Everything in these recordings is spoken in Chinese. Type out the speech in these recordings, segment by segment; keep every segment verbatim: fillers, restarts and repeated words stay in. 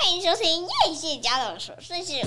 欢迎收听叶谢家的琐碎事。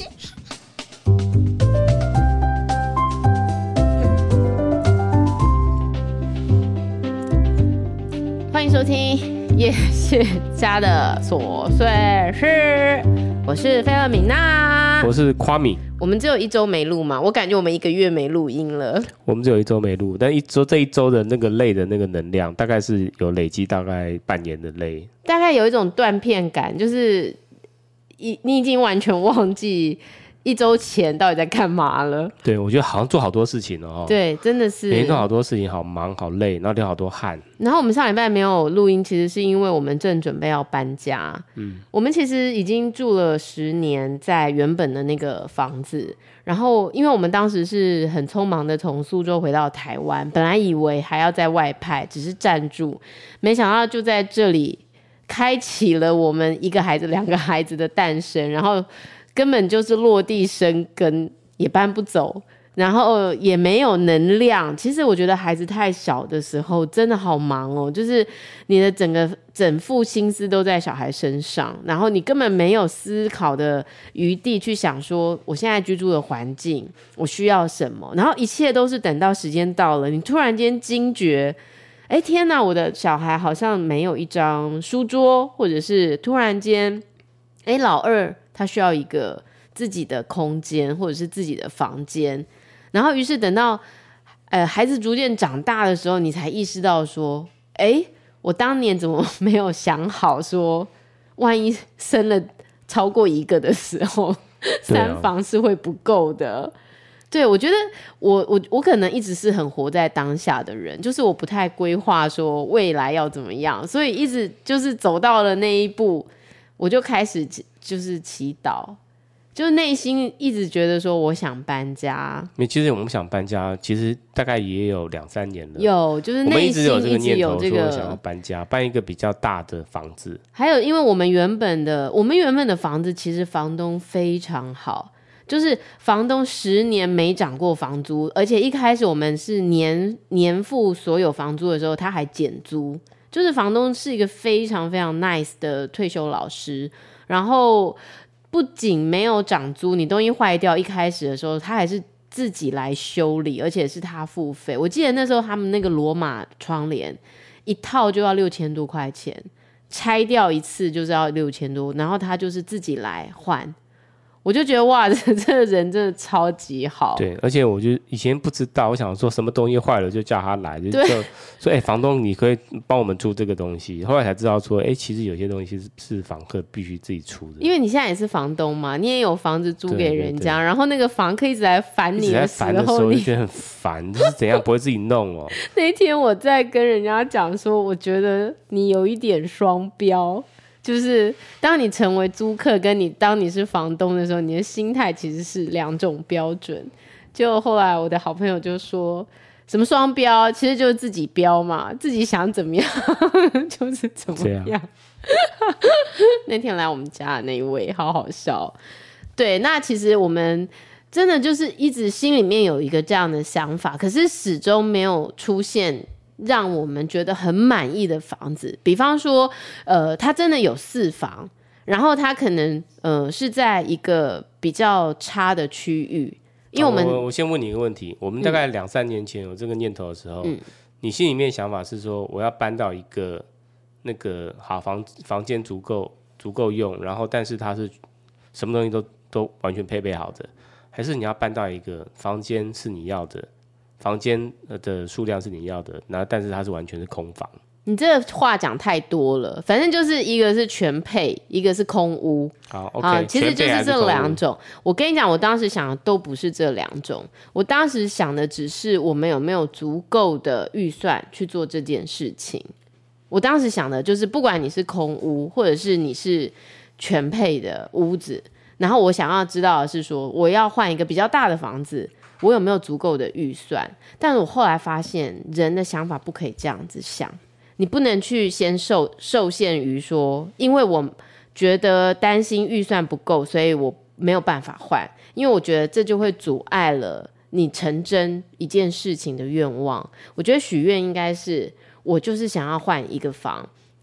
欢迎收听叶谢家的琐碎事，我是菲尔米娜， 我是夸米。 我们只有一周没录嘛，我感觉我们一个月没录音了。 我们只有一周没录，但一周这一周的那个累的那个能量，大概是有累积大概半年的累， 大概有一种断片感，就是你已经完全忘记一周前到底在干嘛了。 对，我觉得好像做好多事情哦。 对，真的是每天做好多事情，好忙好累，然后流好多汗。 然后我们上礼拜没有录音，其实是因为我们正准备要搬家。嗯，我们其实已经住了十年在原本的那个房子，然后因为我们当时是很匆忙的从苏州回到台湾，本来以为还要在外派，只是暂住，没想到就在这里开启了我们一个孩子、两个孩子的诞生，然后根本就是落地生根，也搬不走。然后也没有能量。其实我觉得孩子太小的时候真的好忙哦，就是你的整个整副心思都在小孩身上，然后你根本没有思考的余地去想说我现在居住的环境我需要什么，然后一切都是等到时间到了，你突然间惊觉，哎天哪，我的小孩好像没有一张书桌，或者是突然间，哎老二他需要一个自己的空间或者是自己的房间。然后于是等到呃孩子逐渐长大的时候，你才意识到说，哎，我当年怎么没有想好说，万一生了超过一个的时候，三房是会不够的。对，我觉得我我我可能一直是很活在当下的人，就是我不太规划说未来要怎么样，所以一直就是走到了那一步，我就开始就是祈祷。就是内心一直觉得说我想搬家， 其实我们想搬家，其实大概也有两三年了。 有，就是内心一直有这个想要搬家，搬一个比较大的房子。 还有，因为我们原本的我们原本的房子，其实房东非常好，就是房东十年没涨过房租，而且一开始我们是年年付所有房租的时候，他还减租。就是房东是一个非常非常 nice 的退休老师，然后不仅没有涨租，你东西坏掉，一开始的时候他还是自己来修理，而且是他付费。我记得那时候他们那个罗马窗帘一套就要六千多块钱，拆掉一次就是要六千多，然后他就是自己来换。我就觉得哇，这这个人真的超级好。 对，而且我就以前不知道，我想说什么东西坏了就叫他来，就就说哎、欸，房东你可以帮我们出这个东西。后来才知道说，哎、欸，其实有些东西 是, 是房客必须自己出的。 因为你现在也是房东嘛，你也有房子租给人家，对对对，然后那个房客一直来烦你的时候， 一直在烦的时候就觉得很烦，就是怎样不会自己弄哦。 那天我在跟人家讲说，我觉得你有一点双标。就是当你成为租客跟你当你是房东的时候，你的心态其实是两种标准。就后来我的好朋友就说什么双标，其实就是自己标嘛，自己想怎么样就是怎么样。样那天来我们家的那一位好好笑。对，那其实我们真的就是一直心里面有一个这样的想法，可是始终没有出现让我们觉得很满意的房子。比方说呃，它真的有四房，然后它可能呃是在一个比较差的区域。因为我们、 哦、我, 我先问你一个问题，我们大概两三年前有这个念头的时候、嗯、你心里面想法是说我要搬到一个那个好房房间足够足够用，然后但是它是什么东西都都完全配备好的，还是你要搬到一个房间是你要的，房间的数量是你要的，然后但是它是完全是空房？ 你这个话讲太多了，反正就是一个是全配，一个是空屋。 好 ，OK，、 啊、其实就是这两种。我跟你讲，我当时想的都不是这两种，我当时想的只是我们有没有足够的预算去做这件事情。我当时想的就是，不管你是空屋，或者是你是全配的屋子，然后我想要知道的是说，我要换一个比较大的房子，我有没有足够的预算？但是我后来发现，人的想法不可以这样子想。你不能去先 受, 受限于说，因为我觉得担心预算不够，所以我没有办法换，因为我觉得这就会阻碍了你成真一件事情的愿望。我觉得许愿应该是，我就是想要换一个房，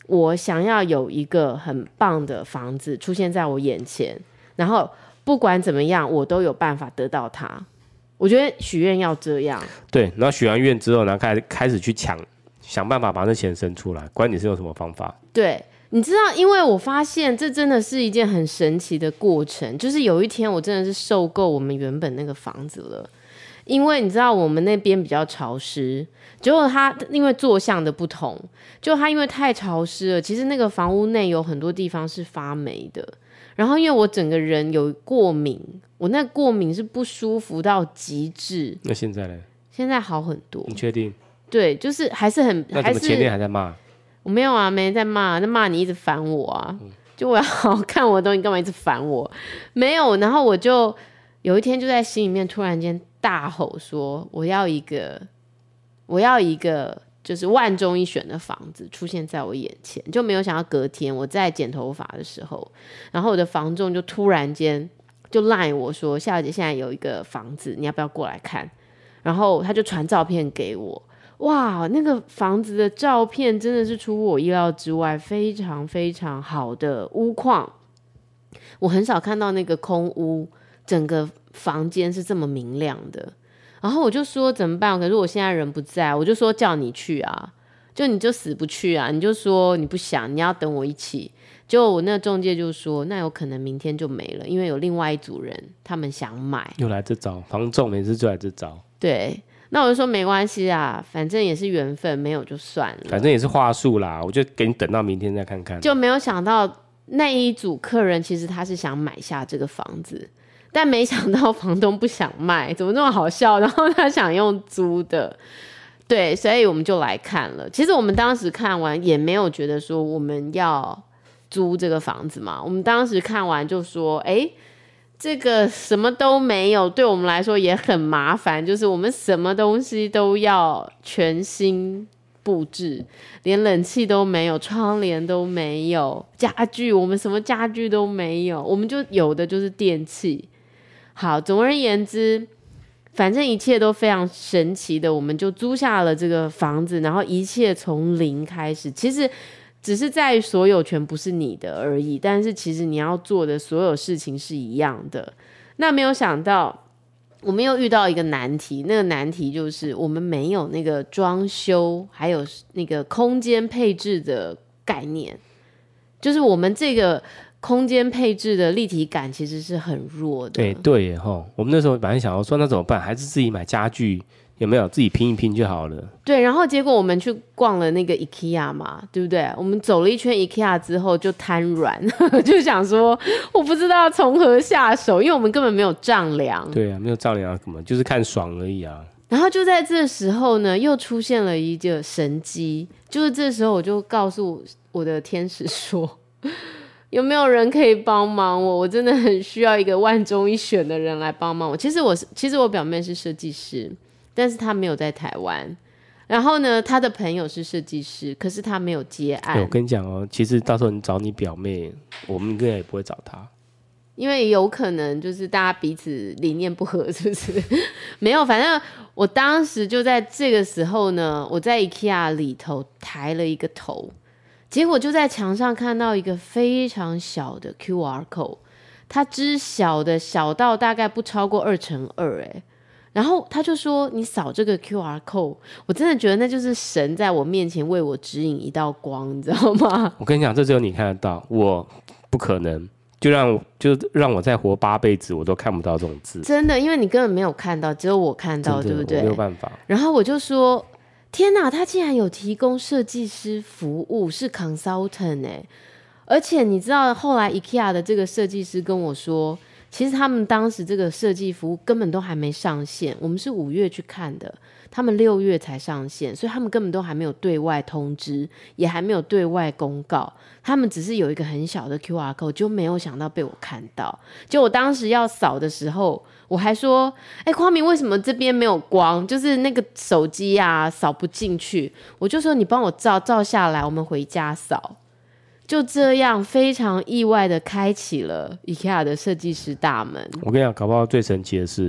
我想要有一个很棒的房子出现在我眼前，然后不管怎么样我都有办法得到它。我觉得许愿要这样。对， 然后许完愿之后，然后开开始去抢，想办法把那钱生出来，管你是用什么方法。 对，你知道，因为我发现这真的是一件很神奇的过程，就是有一天我真的是受够我们原本那个房子了。因为你知道我们那边比较潮湿，结果它因为坐向的不同，就它因为太潮湿了，其实那个房屋内有很多地方是发霉的。然后因为我整个人有过敏，我那过敏是不舒服到极致。 那现在呢？ 现在好很多。 你确定？ 对，就是还是很。 那怎么前天还在骂？ 我没有啊，没在骂，在骂你一直烦我啊。嗯、就我要好好看我的东西，干嘛一直烦我？没有，然后我就有一天就在心里面突然间大吼说：“我要一个，我要一个，就是万中一选的房子出现在我眼前。”就没有想到隔天我在剪头发的时候，然后我的房仲就突然间就赖我说：“夏小姐，现在有一个房子，你要不要过来看？”然后他就传照片给我，哇，那个房子的照片真的是出乎我意料之外，非常非常好的屋况。我很少看到那个空屋，整个房间是这么明亮的。然后我就说怎么办？可是我现在人不在，我就说叫你去啊，就你就死不去啊，你就说你不想，你要等我一起。结果我那个中介就说，那有可能明天就没了，因为有另外一组人他们想买。 又来这招，房仲每次就来这招。 对，那我就说没关系啊，反正也是缘分，没有就算了， 反正也是话术啦，我就给你等到明天再看看。 就没有想到那一组客人其实他是想买下这个房子，但没想到房东不想卖，怎么那么好笑？然后他想用租的，对，所以我们就来看了。其实我们当时看完也没有觉得说我们要租这个房子嘛，我们当时看完就说，哎。这个什么都没有，对我们来说也很麻烦，就是我们什么东西都要全新布置，连冷气都没有，窗帘都没有，家具我们什么家具都没有，我们就有的就是电器。好，总而言之，反正一切都非常神奇的，我们就租下了这个房子，然后一切从零开始。其实只是在于所有权不是你的而已，但是其实你要做的所有事情是一样的。那没有想到我们又遇到一个难题，那个难题就是我们没有那个装修还有那个空间配置的概念，就是我们这个空间配置的立体感其实是很弱的。 对对耶齁，我们那时候本来想要说那怎么办，还是自己买家具，有没有自己拼一拼就好了。 对，然后结果我们去逛了那个 IKEA 嘛，对不对？我们走了一圈 IKEA 之后就瘫软，就想说我不知道从何下手，因为我们根本没有丈量。 对啊，没有丈量什么，就是看爽而已啊。 然后就在这时候呢，又出现了一个神机，就是这时候我就告诉我的天使说，有没有人可以帮忙我？我真的很需要一个万中一选的人来帮忙我。其实我是，其实我表妹是设计师。但是他没有在台湾，然后呢，他的朋友是设计师，可是他没有接案。 欸、我跟你讲哦，其实到时候你找你表妹，我们应该也不会找她， 因为有可能就是大家彼此理念不合，是不是？没有，反正我当时就在这个时候呢，我在 IKEA 里头抬了一个头，结果就在墙上看到一个非常小的 Q R code， 它之小的小到大概不超过二乘二，哎。然后他就说你扫这个 Q R code， 我真的觉得那就是神在我面前为我指引一道光，你知道吗？ 我跟你讲，这只有你看得到，我不可能，就让就让我再活八辈子我都看不到这种字， 真的，因为你根本没有看到，只有我看到，对不对？ 我没有办法。 然后我就说天哪，他竟然有提供设计师服务，是 consultant 哎、欸！而且你知道后来 IKEA 的这个设计师跟我说，其实他们当时这个设计服务根本都还没上线，我们是五月去看的，他们六月才上线，所以他们根本都还没有对外通知，也还没有对外公告，他们只是有一个很小的 Q R code， 就没有想到被我看到。就我当时要扫的时候，我还说哎，匡明为什么这边没有光，就是那个手机啊扫不进去，我就说你帮我照照下来，我们回家扫。就这样非常意外的开启了 IKEA 的设计师大门。 我跟你讲，搞不好最神奇的是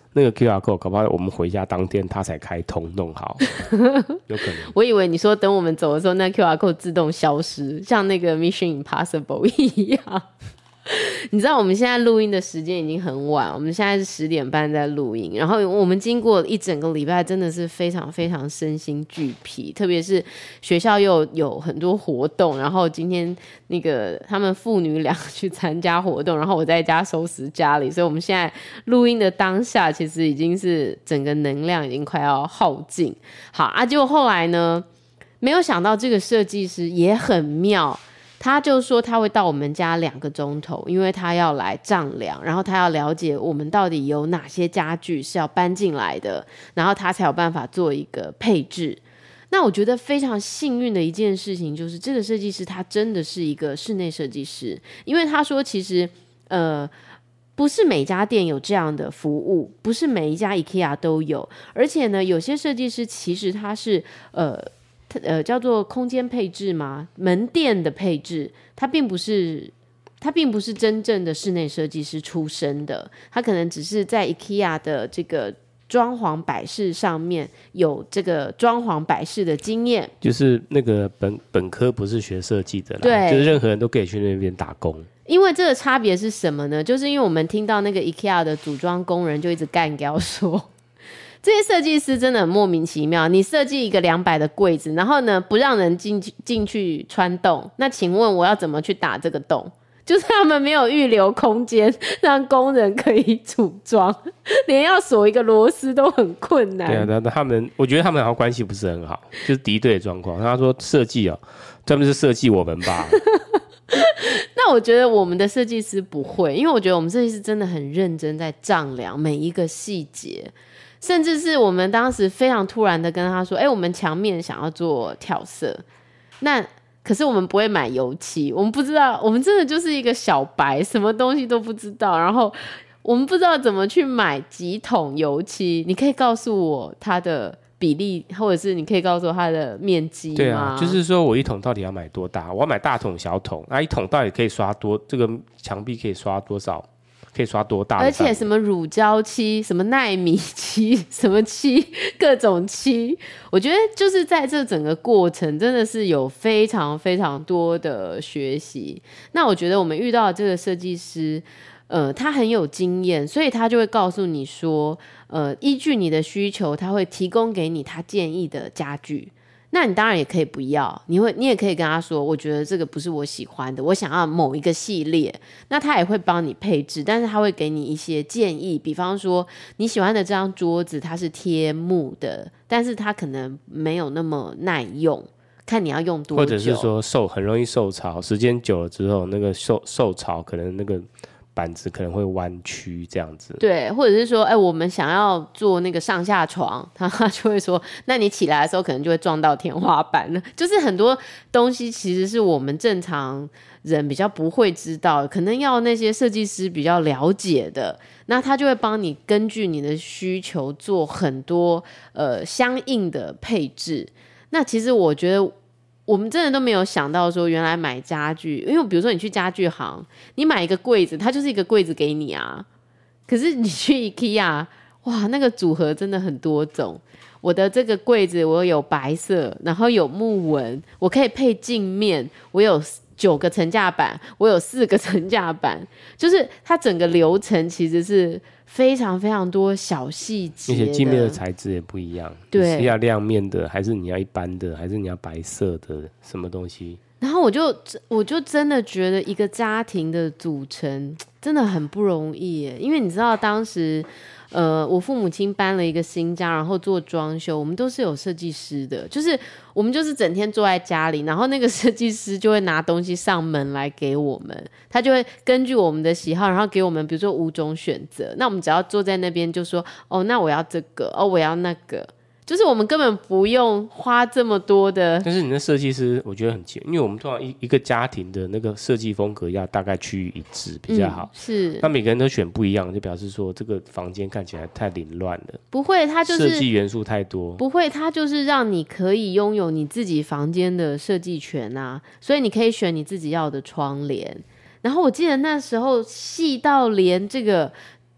那个 Q R code 搞不好我们回家当天他才开通弄好，有可能。 我以为你说等我们走的时候，那 Q R code 自动消失，像那个 Mission Impossible 一样。你知道我们现在录音的时间已经很晚，我们现在是十点半在录音，然后我们经过一整个礼拜真的是非常非常身心俱疲，特别是学校又有很多活动，然后今天那个他们父女俩去参加活动，然后我在家收拾家里，所以我们现在录音的当下其实已经是整个能量已经快要耗尽。好啊，结果后来呢，没有想到这个设计师也很妙，他就说他会到我们家两个钟头，因为他要来丈量，然后他要了解我们到底有哪些家具是要搬进来的，然后他才有办法做一个配置。那我觉得非常幸运的一件事情就是这个设计师他真的是一个室内设计师，因为他说其实呃不是每家店有这样的服务，不是每一家 IKEA 都有，而且呢有些设计师其实他是呃呃，叫做空间配置吗？门店的配置，它并不是，它并不是真正的室内设计师出身的，他可能只是在 IKEA 的这个装潢摆饰上面有这个装潢摆饰的经验， 就是那个本本科不是学设计的啦， 对， 就是任何人都可以去那边打工。 因为这个差别是什么呢？就是因为我们听到那个 IKEA 的组装工人就一直干掉说。这些设计师真的很莫名其妙，你设计一个两百的柜子，然后呢不让人进去进去穿洞，那请问我要怎么去打这个洞？就是他们没有预留空间让工人可以组装，连要锁一个螺丝都很困难。 对啊，那他们我觉得他们好像关系不是很好，就是敌对的状况。他说设计哦，他们是设计我们吧。 那我觉得我们的设计师不会，因为我觉得我们设计师真的很认真在丈量每一个细节。甚至是我们当时非常突然的跟他说，哎、欸，我们墙面想要做跳色，那可是我们不会买油漆，我们不知道，我们真的就是一个小白，什么东西都不知道，然后我们不知道怎么去买几桶油漆，你可以告诉我它的比例，或者是你可以告诉我它的面积吗？ 对啊，就是说我一桶到底要买多大？我要买大桶小桶，那、啊、一桶到底可以刷多，这个墙壁可以刷多少？可以刷多大？ 而且什么乳胶漆、什么奈米漆、什么漆，各种漆，我觉得就是在这整个过程真的是有非常非常多的学习。那我觉得我们遇到的这个设计师，呃，他很有经验，所以他就会告诉你说，呃，依据你的需求，他会提供给你他建议的家具。那你当然也可以不要，你会，你也可以跟他说，我觉得这个不是我喜欢的，我想要某一个系列。那他也会帮你配置，但是他会给你一些建议，比方说你喜欢的这张桌子它是贴木的，但是它可能没有那么耐用，看你要用多久， 或者是说受很容易受潮，时间久了之后，那个受受潮可能那个板子可能会弯曲这样子。 对，或者是说，哎、欸，我们想要做那个上下床，他就会说，那你起来的时候可能就会撞到天花板了。就是很多东西其实是我们正常人比较不会知道，可能要那些设计师比较了解的，那他就会帮你根据你的需求做很多呃相应的配置。那其实我觉得我们真的都没有想到说原来买家具，因为比如说你去家具行，你买一个柜子，它就是一个柜子给你啊。可是你去 IKEA， 哇，那个组合真的很多种。我的这个柜子我有白色，然后有木纹，我可以配镜面，我有九个层架板，我有四个层架板，就是它整个流程其实是非常非常多小细节的， 而且镜面的材质也不一样， 对， 你是要亮面的，还是你要一般的，还是你要白色的，什么东西？ 然后我就我就真的觉得一个家庭的组成真的很不容易耶，因为你知道当时呃，我父母亲搬了一个新家，然后做装修，我们都是有设计师的，就是我们就是整天坐在家里，然后那个设计师就会拿东西上门来给我们，他就会根据我们的喜好，然后给我们比如说五种选择，那我们只要坐在那边就说，哦，那我要这个，哦，我要那个，就是我们根本不用花这么多的。 但是你的设计师我觉得很奇怪，因为我们通常一一个家庭的那个设计风格要大概趋于一致比较好、嗯、 是， 那每个人都选不一样，就表示说这个房间看起来太凌乱了。 不会，它就是设计元素太多。 不会，它就是让你可以拥有你自己房间的设计权啊，所以你可以选你自己要的窗帘。然后我记得那时候细到连这个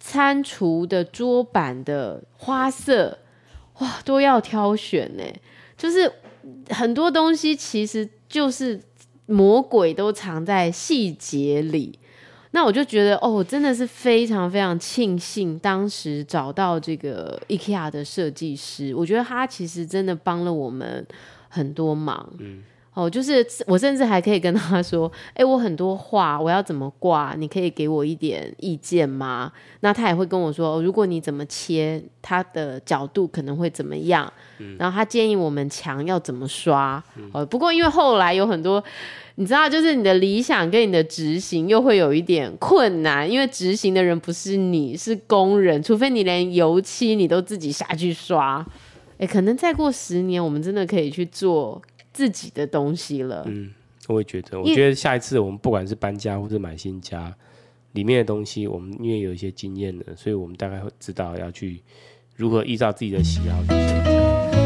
餐厨的桌板的花色，哇，都要挑选呢。就是很多东西其实就是魔鬼都藏在细节里。那我就觉得哦，真的是非常非常庆幸当时找到这个 IKEA 的设计师，我觉得他其实真的帮了我们很多忙。嗯，哦，就是我甚至还可以跟他说，哎、欸，我很多画我要怎么挂，你可以给我一点意见吗？那他也会跟我说，哦，如果你怎么切，它的角度可能会怎么样。嗯，然后他建议我们墙要怎么刷。嗯，哦，不过因为后来有很多。你知道，就是你的理想跟你的执行又会有一点困难，因为执行的人不是你，是工人，除非你连油漆你都自己下去刷。哎，可能再过十年，我们真的可以去做自己的东西了。 嗯，我也觉得，我觉得下一次我们不管是搬家或者买新家，里面的东西我们因为有一些经验了，所以我们大概会知道要去如何依照自己的喜好去选择。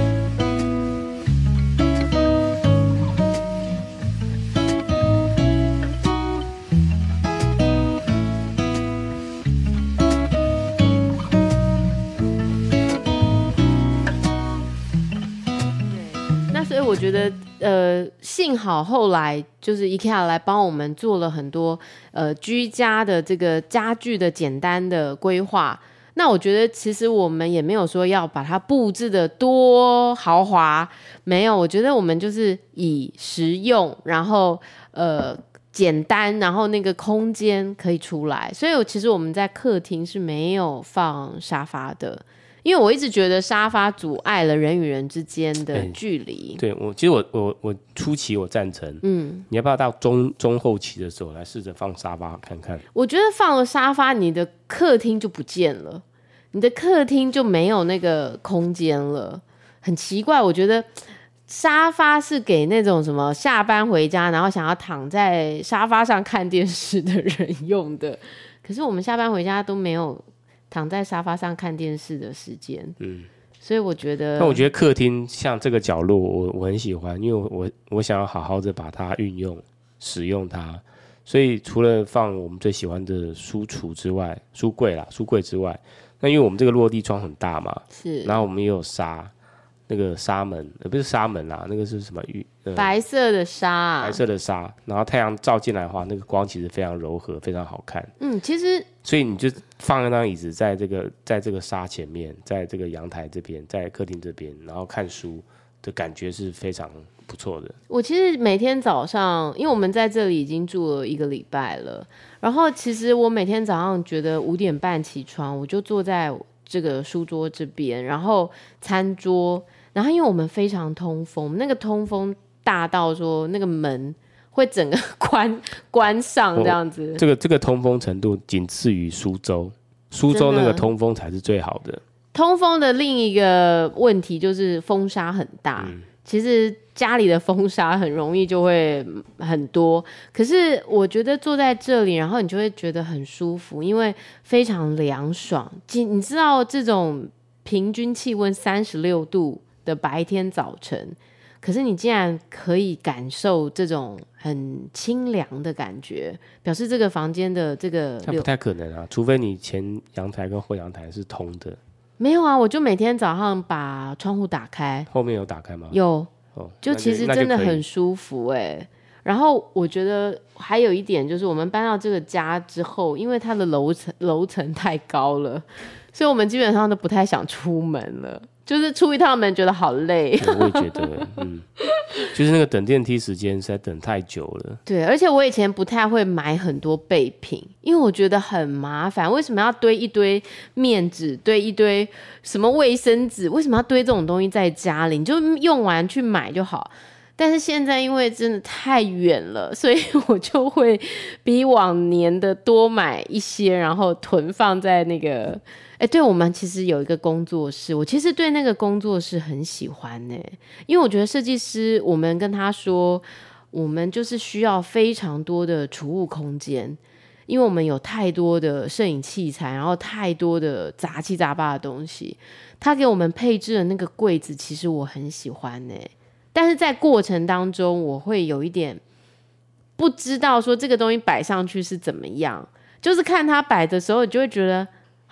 我觉得呃，幸好后来就是 IKEA 来帮我们做了很多呃居家的这个家具的简单的规划。那我觉得其实我们也没有说要把它布置的多豪华，没有，我觉得我们就是以实用，然后呃简单，然后那个空间可以出来。所以其实我们在客厅是没有放沙发的。因为我一直觉得沙发阻碍了人与人之间的距离、 欸。对，我其实我我我初期我赞成，嗯，你要不要到中中后期的时候来试着放沙发看看？ 我觉得放了沙发，你的客厅就不见了，你的客厅就没有那个空间了，很奇怪。我觉得沙发是给那种什么下班回家然后想要躺在沙发上看电视的人用的，可是我们下班回家都没有躺在沙发上看电视的时间，嗯，所以我觉得， 那我觉得客厅像这个角落我，我很喜欢，因为我我想要好好的把它运用、使用它，所以除了放我们最喜欢的书橱之外，书柜啦，书柜之外，那因为我们这个落地窗很大嘛， 是， 然后我们也有纱，那个纱门，呃，不是纱门啦，那个是什么？呃、 白色的纱、啊， 白色的纱，然后太阳照进来的话，那个光其实非常柔和，非常好看。 嗯，其实， 所以你就放一张椅子在这个在这个纱前面，在这个阳台这边，在客厅这边，然后看书的感觉是非常不错的。 我其实每天早上，因为我们在这里已经住了一个礼拜了，然后其实我每天早上觉得五点半起床，我就坐在这个书桌这边，然后餐桌，然后因为我们非常通风，那个通风大到说那个门会整个关关上这样子。 这个这个通风程度仅次于苏州，苏州那个通风才是最好的。 通风的另一个问题就是风沙很大，嗯、其实家里的风沙很容易就会很多，可是我觉得坐在这里，然后你就会觉得很舒服，因为非常凉爽。你知道这种平均气温三十六度的白天早晨，可是你竟然可以感受这种很清凉的感觉，表示这个房间的这个那不太可能啊，除非你前阳台跟后阳台是通的。 没有啊，我就每天早上把窗户打开。 后面有打开吗？ 有， 哦、 就其实真的很舒服哎、欸。然后我觉得还有一点就是，我们搬到这个家之后，因为它的楼层楼层太高了，所以我们基本上都不太想出门了。就是出一趟门觉得好累。 我也觉得，嗯，就是那个等电梯时间实在等太久了。 对，而且我以前不太会买很多备品，因为我觉得很麻烦。为什么要堆一堆面纸，堆一堆什么卫生纸？为什么要堆这种东西在家里？你就用完去买就好。但是现在因为真的太远了，所以我就会比往年的多买一些，然后囤放在那个。哎，对，我们其实有一个工作室，我其实对那个工作室很喜欢呢，因为我觉得设计师，我们跟他说，我们就是需要非常多的储物空间，因为我们有太多的摄影器材，然后太多的杂七杂八的东西。他给我们配置的那个柜子，其实我很喜欢呢，但是在过程当中，我会有一点不知道说这个东西摆上去是怎么样，就是看他摆的时候，你就会觉得。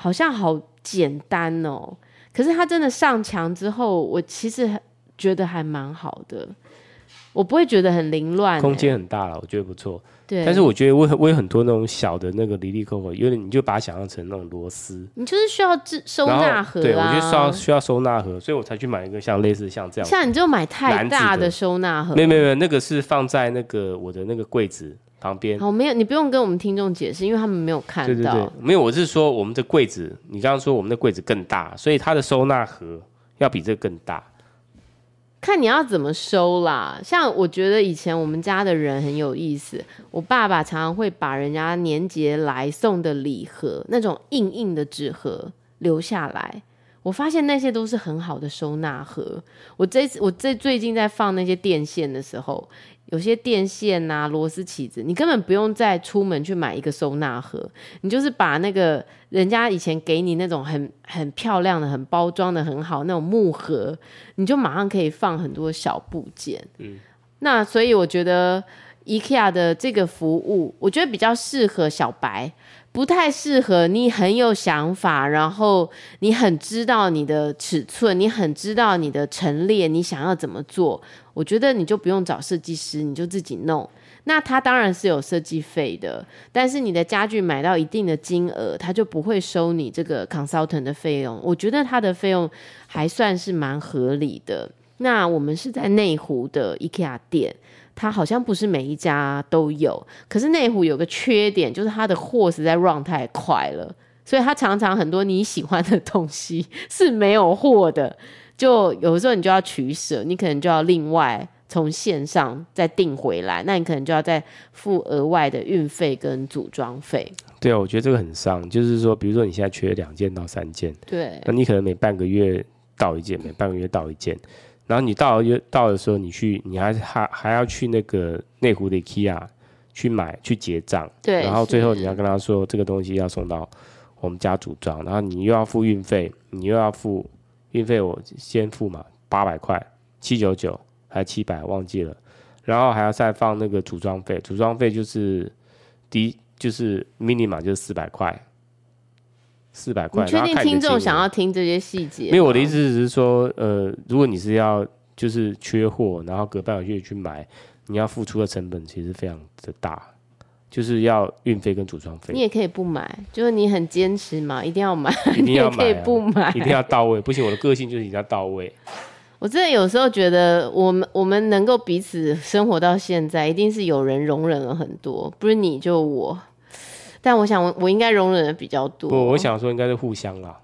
好像好简单哦，可是它真的上墙之后，我其实觉得还蛮好的，我不会觉得很凌乱、欸， 空间很大了，我觉得不错。 对， 但是我觉得我我有很多那种小的那个离离扣扣，有点你就把它想象成那种螺丝， 你就是需要收纳盒啊。 对，我觉得需要需要收纳盒，所以我才去买一个像类似像这样。 像你就买太大的收纳盒， 没有没有没有，那个是放在那个我的那个柜子旁边。 好，没有，你不用跟我们听众解释，因为他们没有看到。 对对对，没有，我是说我们的柜子，你刚刚说我们的柜子更大，所以它的收纳盒要比这更大。 看你要怎么收啦，像我觉得以前我们家的人很有意思，我爸爸常常会把人家年节来送的礼盒，那种硬硬的纸盒留下来，我发现那些都是很好的收纳盒。我这我这最近在放那些电线的时候，有些电线啊、螺丝起子，你根本不用再出门去买一个收纳盒，你就是把那个人家以前给你那种很很漂亮的、很包装的很好那种木盒，你就马上可以放很多小部件。嗯，那所以我觉得 IKEA 的这个服务，我觉得比较适合小白。不太适合你很有想法，然后你很知道你的尺寸，你很知道你的陈列，你想要怎么做，我觉得你就不用找设计师，你就自己弄。那它当然是有设计费的，但是你的家具买到一定的金额，它就不会收你这个 consultant 的费用。我觉得它的费用还算是蛮合理的。那我们是在内湖的 IKEA 店，它好像不是每一家都有，可是内湖有个缺点，就是它的货实在 run 太快了，所以它常常很多你喜欢的东西是没有货的，就有的时候你就要取舍，你可能就要另外从线上再订回来，那你可能就要再付额外的运费跟组装费。 对啊，我觉得这个很伤，就是说比如说你现在缺两件到三件， 对， 那你可能每半个月到一件，每半个月到一件，然后你到了到的时候，你去，你还还还要去那个内湖的 IKEA 去买去结账， 对， 然后最后你要跟他说这个东西要送到我们家组装，然后你又要付运费，你又要付运费，我先付嘛，八百块，七九九还七百忘记了，然后还要再放那个组装费，组装费就是第一就是 minimum 就是四百块。四百块， 你确定听众想要听这些细节？ 没有，我的意思是说，呃，如果你是要就是缺货，然后隔半个月去买，你要付出的成本其实非常的大，就是要运费跟组装费。 你也可以不买，就是你很坚持嘛，一定要买， 一定要买、啊， 你也可以不买， 一定要到位。不行，我的个性就是一定要到位。 我真的有时候觉得，我们我们能够彼此生活到现在，一定是有人容忍了很多，不是你就我。但我想我，我应该容忍的比较多。 不，我想说应该是互相啦。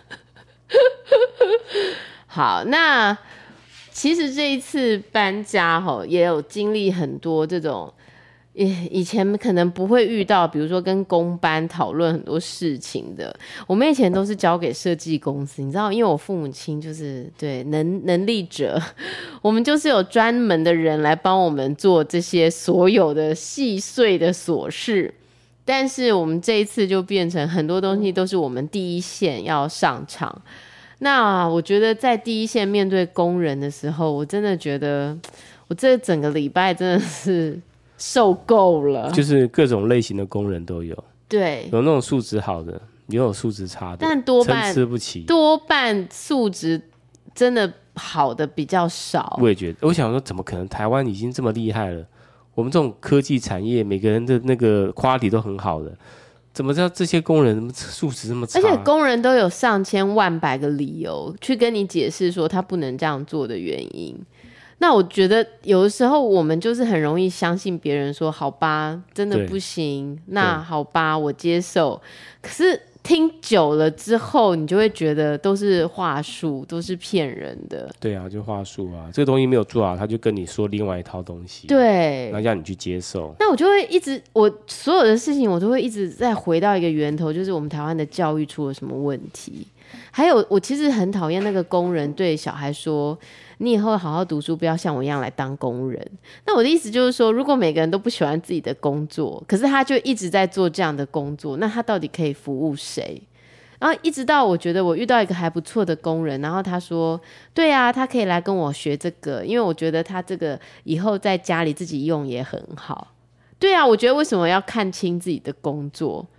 好，那其实这一次搬家吼，也有经历很多这种，以前可能不会遇到，比如说跟工班讨论很多事情的。我们以前都是交给设计公司，你知道，因为我父母亲就是对能能力者，我们就是有专门的人来帮我们做这些所有的细碎的琐事。但是我们这一次就变成很多东西都是我们第一线要上场。那我觉得在第一线面对工人的时候，我真的觉得我这整个礼拜真的是受够了。 就是各种类型的工人都有， 对， 有那种素质好的，也有素质差的， 但多半参差不齐， 多半素质真的好的比较少。 我也觉得，我想说，怎么可能台湾已经这么厉害了？我们这种科技产业，每个人的那个 quality 都很好的，怎么知道这些工人素质这么差？ 而且工人都有上千万百个理由去跟你解释说他不能这样做的原因。那我觉得有的时候我们就是很容易相信别人说好吧，真的不行，那好吧，我接受。可是听久了之后，你就会觉得都是话术，都是骗人的。 对啊，就话术啊，这个东西没有做好，他就跟你说另外一套东西， 对， 然后让你去接受。 那我就会一直，我所有的事情我都会一直再回到一个源头，就是我们台湾的教育出了什么问题。还有，我其实很讨厌那个工人对小孩说，你以后好好读书，不要像我一样来当工人。那我的意思就是说，如果每个人都不喜欢自己的工作，可是他就一直在做这样的工作，那他到底可以服务谁？然后一直到我觉得我遇到一个还不错的工人，然后他说对啊，他可以来跟我学这个，因为我觉得他这个以后在家里自己用也很好。对啊，我觉得为什么要看清自己的工作？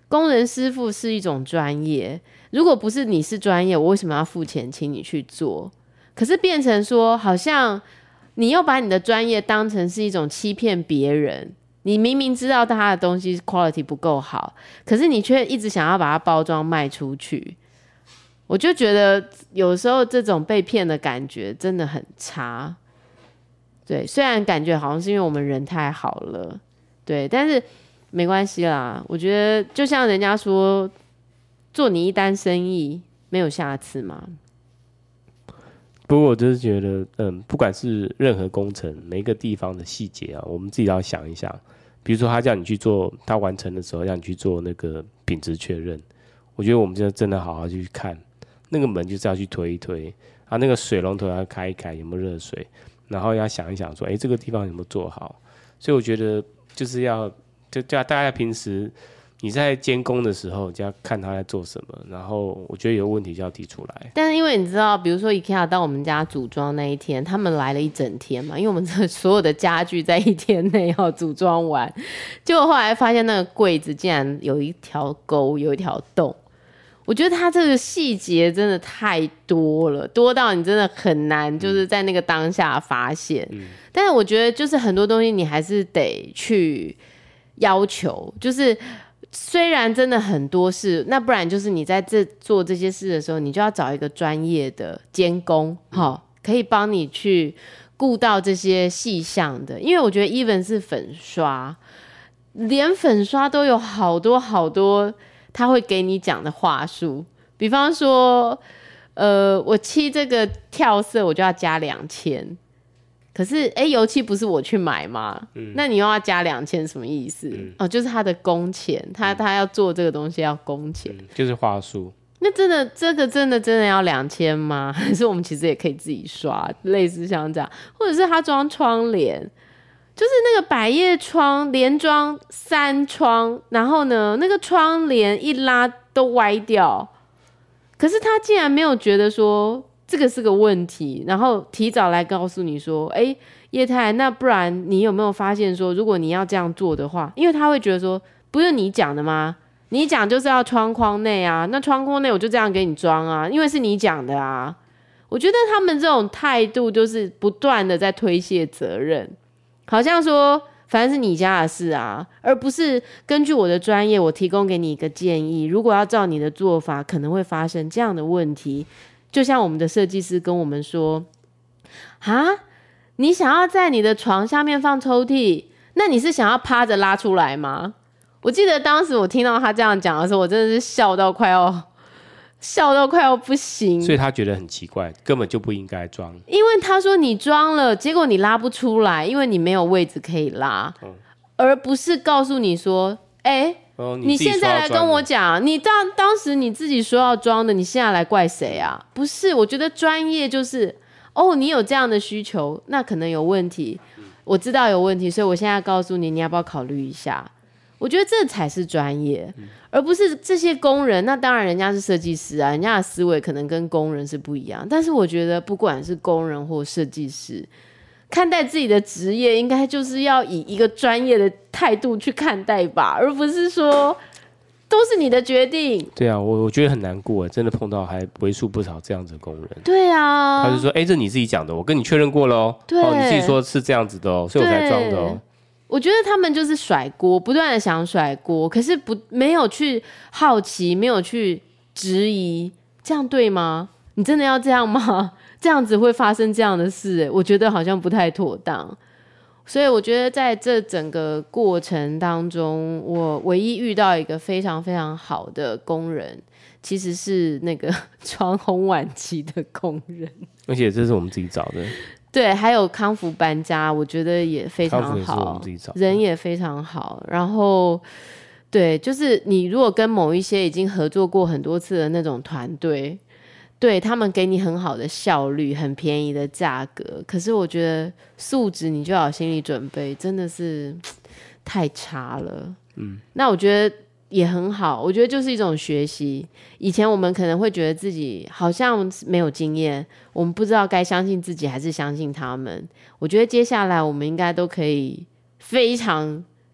工人师傅是一种专业，如果不是你是专业，我为什么要付钱请你去做？可是变成说，好像你又把你的专业当成是一种欺骗别人。你明明知道他的东西 quality 不够好，可是你却一直想要把它包装卖出去。我就觉得有时候这种被骗的感觉真的很差。对，虽然感觉好像是因为我们人太好了，对，但是没关系啦。我觉得就像人家说，做你一单生意没有下次嘛。 不过我就是觉得，嗯，不管是任何工程，每一个地方的细节啊，我们自己要想一想。比如说，他叫你去做，他完成的时候让你去做那个品质确认，我觉得我们就真的好好去看，那个门就是要去推一推，啊，那个水龙头要开一开，有没有热水，然后要想一想说，哎，这个地方有没有做好。所以我觉得就是要，就叫大家平时你在监工的时候就要看他在做什么，然后我觉得有问题就要提出来。 但是因为你知道，比如说 IKEA 到我们家组装那一天，他们来了一整天嘛，因为我们这所有的家具在一天内要组装完，结果后来发现那个柜子竟然有一条沟，有一条洞。我觉得它这个细节真的太多了，多到你真的很难就是在那个当下发现。嗯、但是我觉得就是很多东西你还是得去要求，就是虽然真的很多事，那不然就是你在这做这些事的时候，你就要找一个专业的监工，嗯、可以帮你去顾到这些细项的。因为我觉得 even 是粉刷，连粉刷都有好多好多他会给你讲的话术，比方说，呃，我漆这个跳色我就要加两千，可是哎，油漆不是我去买吗？嗯、那你又要加两千，什么意思？嗯、哦，就是他的工钱，他他要做这个东西要工钱、嗯， 就是话术。 那真的这个真的真的要两千吗？还是我们其实也可以自己刷，类似像这样，或者是他装窗帘。就是那个百叶窗连装三窗，然后呢，那个窗帘一拉都歪掉，可是他竟然没有觉得说这个是个问题，然后提早来告诉你说，哎，叶太，那不然你有没有发现说，如果你要这样做的话，因为他会觉得说，不是你讲的吗？你讲就是要窗框内啊，那窗框内我就这样给你装啊，因为是你讲的啊。我觉得他们这种态度就是不断的在推卸责任。好像说反正是你家的事啊，而不是根据我的专业我提供给你一个建议，如果要照你的做法可能会发生这样的问题。就像我们的设计师跟我们说，啊，你想要在你的床下面放抽屉，那你是想要趴着拉出来吗？我记得当时我听到他这样讲的时候，我真的是笑到快要笑到快要不行， 所以他觉得很奇怪，根本就不应该装。 因为他说你装了，结果你拉不出来，因为你没有位置可以拉，嗯、而不是告诉你说，哎、欸哦，你, 你现在来跟我讲，你当当时你自己说要装的，你现在来怪谁啊？不是，我觉得专业就是，哦，你有这样的需求，那可能有问题，嗯、我知道有问题，所以我现在告诉你，你要不要考虑一下？我觉得这才是专业，嗯、而不是这些工人。那当然，人家是设计师啊，人家的思维可能跟工人是不一样。但是我觉得，不管是工人或设计师，看待自己的职业，应该就是要以一个专业的态度去看待吧，而不是说都是你的决定。 对啊，我我觉得很难过，真的碰到还为数不少这样子的工人。 对啊， 他就说：“哎、欸，这你自己讲的，我跟你确认过了哦，哦，你自己说是这样子的哦，所以我才装的哦。” 我觉得他们就是甩锅，不断的想甩锅，可是不没有去好奇，没有去质疑，这样对吗？你真的要这样吗？这样子会发生这样的事，我觉得好像不太妥当。所以我觉得在这整个过程当中，我唯一遇到一个非常非常好的工人，其实是那个装烘碗机的工人， 而且这是我们自己找的。 对，还有康福搬家，我觉得也非常好，人也非常好。然后，对，就是你如果跟某一些已经合作过很多次的那种团队，对他们给你很好的效率，很便宜的价格，可是我觉得素质你就要有心理准备，真的是太差了。嗯，那我觉得也很好，我觉得就是一种学习。以前我们可能会觉得自己好像没有经验，我们不知道该相信自己还是相信他们。我觉得接下来我们应该都可以非常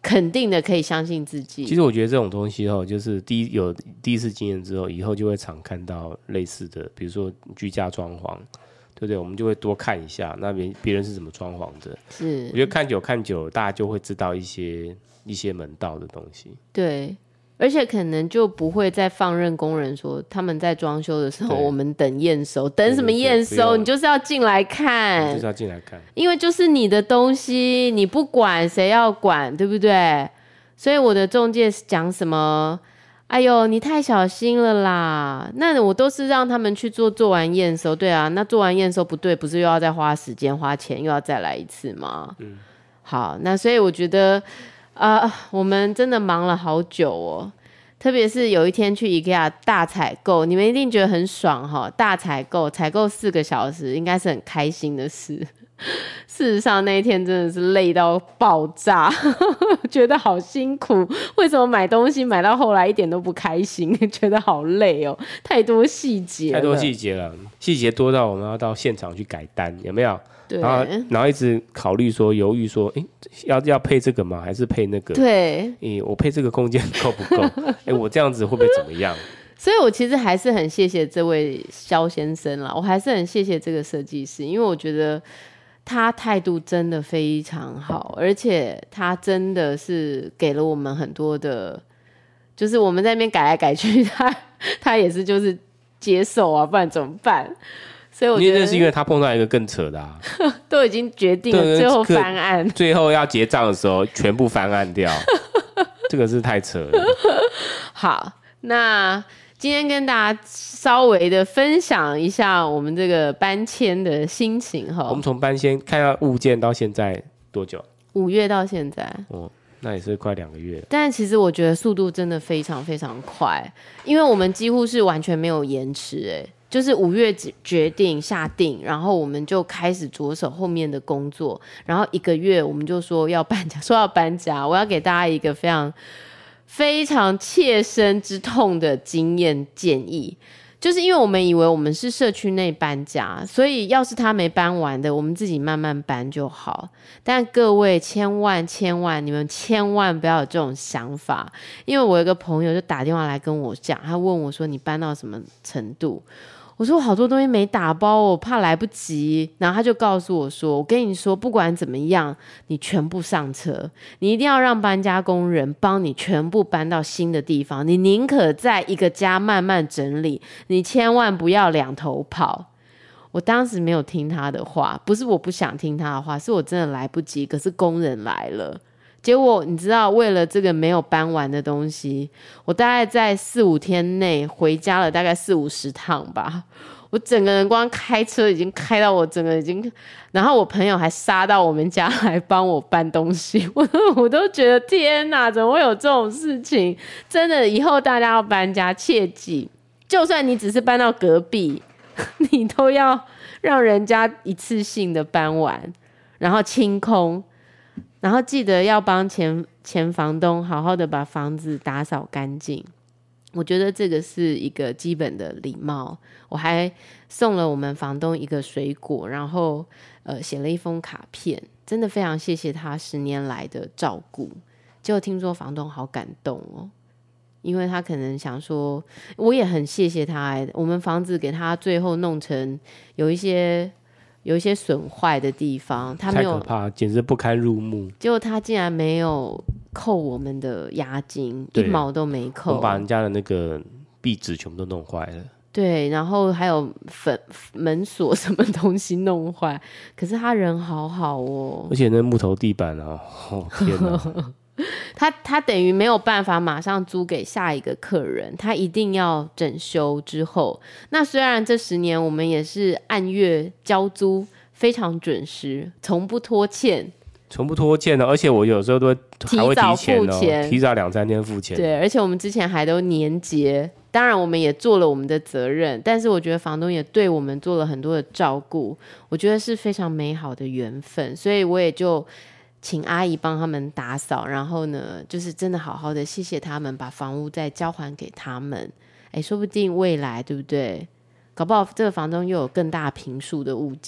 肯定的可以相信自己。 其实我觉得这种东西哦，就是第一有第一次经验之后，以后就会常看到类似的，比如说居家装潢，对不对？我们就会多看一下那边别人是怎么装潢的。 是， 我觉得看久看久，大家就会知道一些一些门道的东西。 对。而且可能就不会再放任工人说他们在装修的时候，我们等验收，等什么验收？你就是要进来看， 你就是要进来看， 因为就是你的东西，你不管谁要管，对不对？所以我的中介讲什么，哎呦，你太小心了啦！那我都是让他们去做，做完验收，对啊，那做完验收不对，不是又要再花时间花钱，又要再来一次吗？嗯，好，那所以我觉得。啊、呃，我们真的忙了好久哦，特别是有一天去 IKEA 大采购，你们一定觉得很爽哈、哦！大采购，采购四个小时，应该是很开心的事。事实上那一天真的是累到爆炸，觉得好辛苦。为什么买东西买到后来一点都不开心？觉得好累哦，太多细节了， 太多细节了，细节多到我们要到现场去改单，有没有？ 对， 然后然后一直考虑说，犹豫说，哎，要要配这个吗？还是配那个？ 对， 哎，我配这个空间够不够？哎，我这样子会不会怎么样？ 所以我其实还是很谢谢这位肖先生啦，我还是很谢谢这个设计师，因为我觉得他态度真的非常好，而且他真的是给了我们很多的，就是我们在那边改来改去，他他也是就是接受啊，不然怎么办？所以我觉得那是因为他碰到一个更扯的啊， 都已经决定了，最后翻案， 最后要结账的时候全部翻案掉，这个是太扯了。 好，那今天跟大家稍微的分享一下我们这个搬迁的心情哈。 我们从搬迁看到物件到现在多久？ 五月到现在， 哦，那也是快两个月了。 但其实我觉得速度真的非常非常快，因为我们几乎是完全没有延迟，哎，就是五月决定下定，然后我们就开始着手后面的工作，然后一个月我们就说要搬家，说要搬家。我要给大家一个非常非常切身之痛的经验建议，就是因为我们以为我们是社区内搬家，所以要是他没搬完的，我们自己慢慢搬就好。但各位千万千万，你们千万不要有这种想法，因为我有一个朋友就打电话来跟我讲，他问我说你搬到什么程度？我说我好多东西没打包，我怕来不及。然后他就告诉我说，我跟你说不管怎么样，你全部上车，你一定要让搬家工人帮你全部搬到新的地方，你宁可在一个家慢慢整理，你千万不要两头跑。我当时没有听他的话，不是我不想听他的话，是我真的来不及，可是工人来了。结果你知道，为了这个没有搬完的东西，我大概在四五天内回家了大概四五十趟吧。我整个人光开车已经开到我整个已经，然后我朋友还杀到我们家来帮我搬东西，我我都觉得天哪，怎么会有这种事情？真的，以后大家要搬家，切记，就算你只是搬到隔壁，你都要让人家一次性的搬完，然后清空。然后记得要帮前前房东好好的把房子打扫干净，我觉得这个是一个基本的礼貌。我还送了我们房东一个水果，然后呃写了一封卡片，真的非常谢谢他十年来的照顾。结果听说房东好感动哦，因为他可能想说，我也很谢谢他，我们房子给他最后弄成有一些。有一些损坏的地方，他没有， 太可怕，简直不堪入目。 结果他竟然没有扣我们的押金，一毛都没扣。 我们把人家的那个壁纸全部都弄坏了。 对，然后还有粉门锁什么东西弄坏，可是他人好好哦。 而且那木头地板啊，哦天哪！ 他他等于没有办法马上租给下一个客人，他一定要整修之后。那虽然这十年我们也是按月交租，非常准时，从不拖欠， 从不拖欠的。而且我有时候都会还会提前哦， 提早付钱， 提早两三天付钱。 对，而且我们之前还都年结。当然我们也做了我们的责任，但是我觉得房东也对我们做了很多的照顾，我觉得是非常美好的缘分，所以我也就请阿姨帮他们打扫，然后呢就是真的好好的谢谢他们，把房屋再交还给他们。哎，说不定未来对不对，搞不好这个房东又有更大坪数的物件，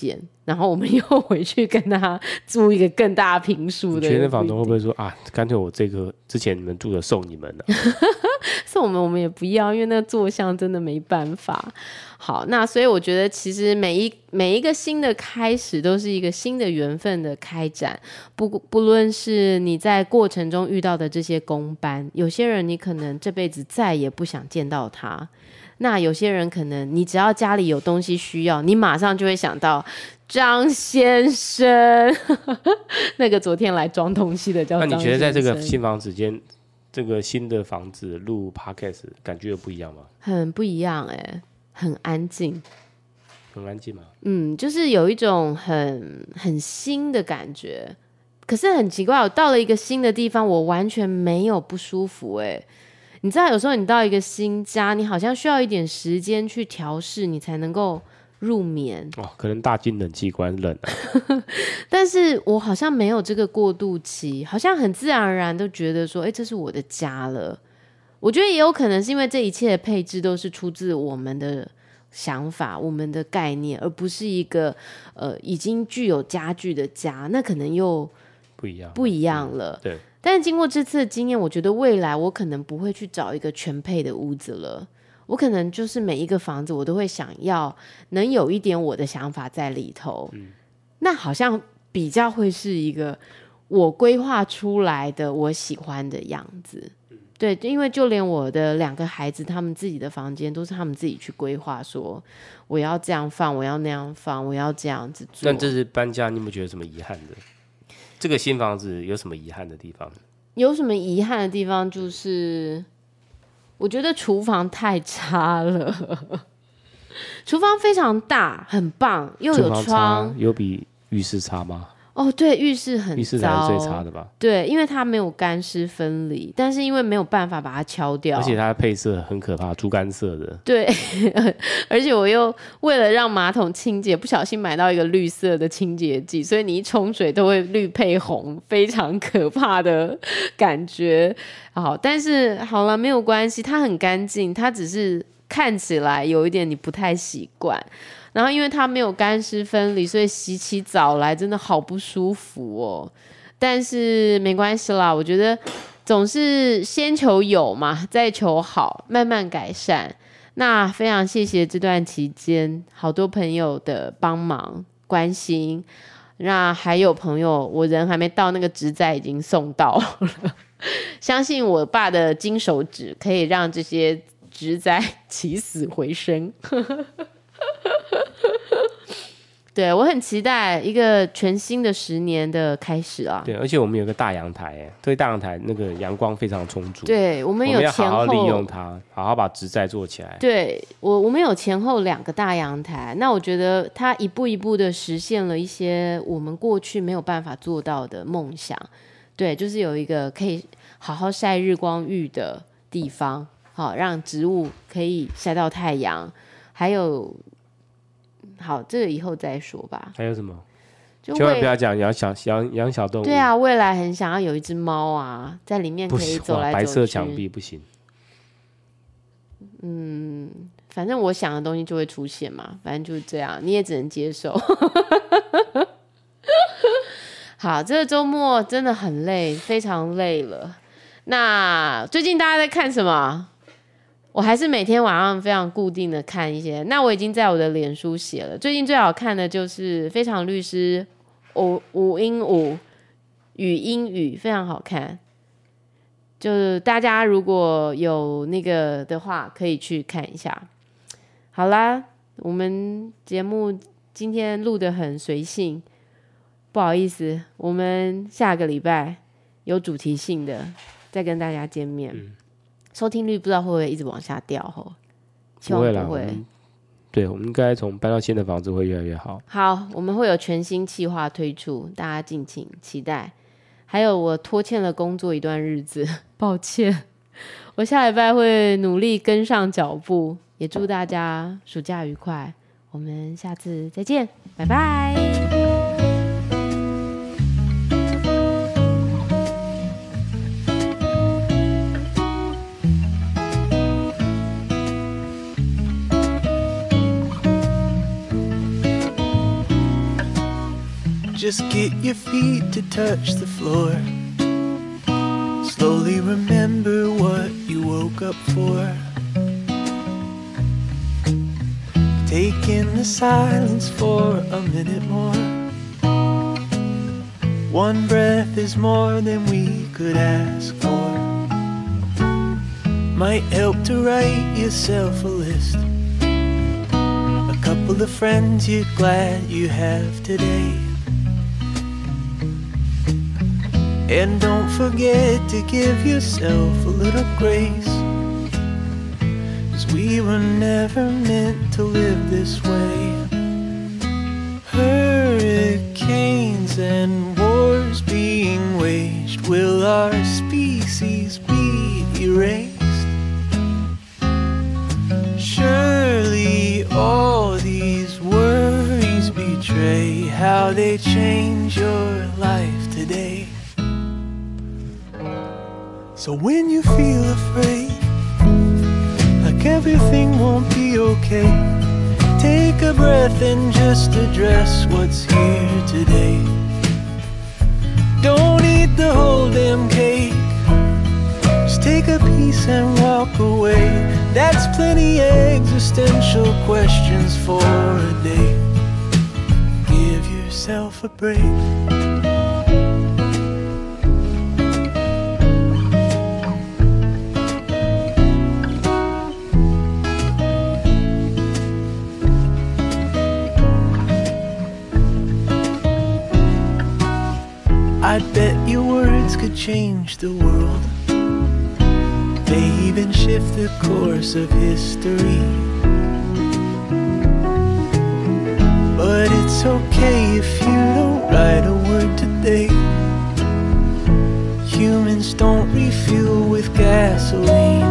然后我们又回去跟他租一个更大坪数的。 你觉得房东会不会说啊，干脆我这个之前你们住的送你们了、啊？ 送我们我们也不要，因为那个坐向真的没办法。好，那所以我觉得其实每一每一个新的开始都是一个新的缘分的开展，不不论是你在过程中遇到的这些公班，有些人你可能这辈子再也不想见到他，那有些人可能你只要家里有东西需要，你马上就会想到张先生那个昨天来装东西的叫张先生。 那你觉得在这个新房子间，这个新的房子录 podcast 感觉有不一样吗？ 很不一样哎、欸，很安静， 很安静吗？ 嗯，就是有一种很很新的感觉。可是很奇怪，我到了一个新的地方，我完全没有不舒服哎、欸。你知道，有时候你到一个新家，你好像需要一点时间去调试，你才能够入眠。 哦，可能大金冷气关冷啊。 但是我好像没有这个过渡期，好像很自然而然都觉得说，哎，这是我的家了。我觉得也有可能是因为这一切的配置都是出自我们的想法、我们的概念，而不是一个呃已经具有家具的家，那可能又不一样， 不一样了。 嗯、对。 但是经过这次的经验，我觉得未来我可能不会去找一个全配的屋子了。我可能就是每一个房子，我都会想要能有一点我的想法在里头。嗯、那好像比较会是一个我规划出来的我喜欢的样子。嗯、对，因为就连我的两个孩子，他们自己的房间都是他们自己去规划，说我要这样放，我要那样放，我要这样子做。 那这次搬家，你有没有觉得什么遗憾的？这个新房子有什么遗憾的地方？ 有什么遗憾的地方就是我觉得厨房太差了。厨房非常大很棒，又有窗， 有比浴室差吗？ 哦，对，浴室很糟， 浴室才是最差的吧？ 对，因为它没有干湿分离，但是因为没有办法把它敲掉， 而且它的配色很可怕，猪肝色的。 对，而且我又为了让马桶清洁，不小心买到一个绿色的清洁剂，所以你一冲水都会绿配红，非常可怕的感觉。好，但是好了，没有关系，它很干净，它只是看起来有一点你不太习惯。然后因为它没有干湿分离，所以洗起澡来真的好不舒服哦。但是没关系啦，我觉得总是先求有嘛，再求好，慢慢改善。那非常谢谢这段期间好多朋友的帮忙关心，那还有朋友我人还没到，那个植栽已经送到了。相信我爸的金手指可以让这些植栽起死回生。对，我很期待一个全新的十年的开始啊！ 对，而且我们有个大阳台，哎，这个大阳台那个阳光非常充足。 对，我们有前后， 我们要好好利用它，好好把植栽做起来。 对，我我们有前后两个大阳台，那我觉得它一步一步的实现了一些我们过去没有办法做到的梦想。对，就是有一个可以好好晒日光浴的地方，好让植物可以晒到太阳，还有。好，这个以后再说吧。 还有什么？千万不要讲养小养养小动物。 对啊，未来很想要有一只猫啊，在里面可以走来走去。 白色墙壁不行。 嗯，反正我想的东西就会出现嘛，反正就是这样，你也只能接受。好，这个周末真的很累，非常累了。那最近大家在看什么？我还是每天晚上非常固定的看一些，那我已经在我的脸书写了。最近最好看的就是《非常律师五五英五语英语》，非常好看。就是大家如果有那个的话，可以去看一下。好啦，我们节目今天录得很随性，不好意思，我们下个礼拜有主题性的再跟大家见面。嗯，收听率不知道会不会一直往下掉吼？希望不会啦，不会。 对，我们应该从搬到新的房子会越来越好。 好，我们会有全新企划推出，大家敬请期待。还有我拖欠了工作一段日子，抱歉，我下礼拜会努力跟上脚步。也祝大家暑假愉快，我们下次再见，拜拜。 Just get your feet to touch the floor. Slowly remember what you woke up for. Take in the silence for a minute more. One breath is more than we could ask for. Might help to write yourself a list. A couple of friends you're glad you have today. And don't forget to give yourself a little grace, 'cause we were never meant to live this way. Hurricanes and wars being waged, will our species be erased? Surely all these worries betray how they change your life today. So when you feel afraid, like everything won't be okay, take a breath and just address what's here today. Don't eat the whole damn cake, just take a piece and walk away. That's plenty existential questions for a day. Give yourself a break. I bet your words could change the world. They even shift the course of history. But it's okay if you don't write a word today. Humans don't refuel with gasoline.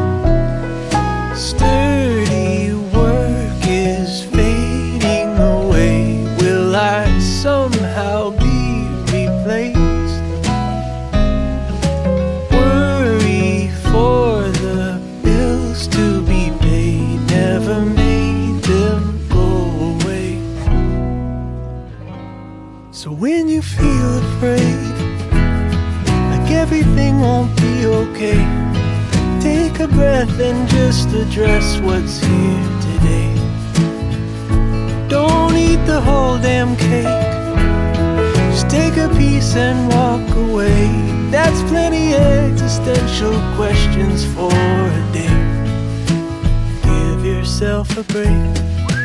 Sturdy work is fading away. Will I somehow be replaced? So when you feel afraid, like everything won't be okay, take a breath and just address what's here today. Don't eat the whole damn cake, just take a piece and walk away. That's plenty existential questions for a day. Give yourself a break.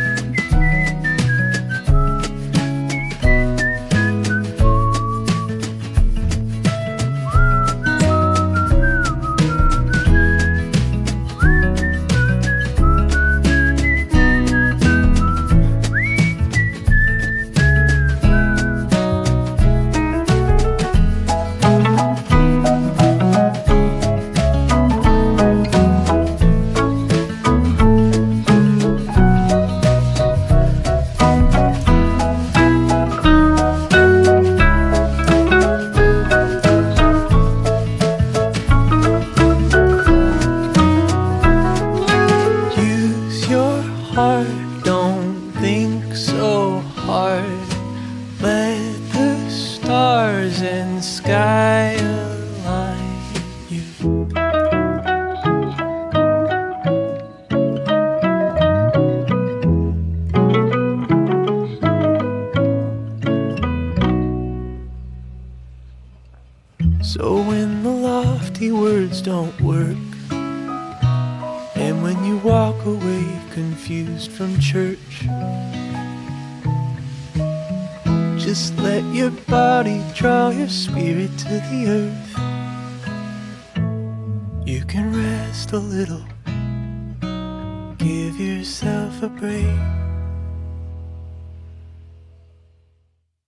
Don't think so hard. Let the stars and sky align you. So when the lofty words don't work, and when you walk away confused from church, just let your body draw your spirit to the earth. You can rest a little, give yourself a break.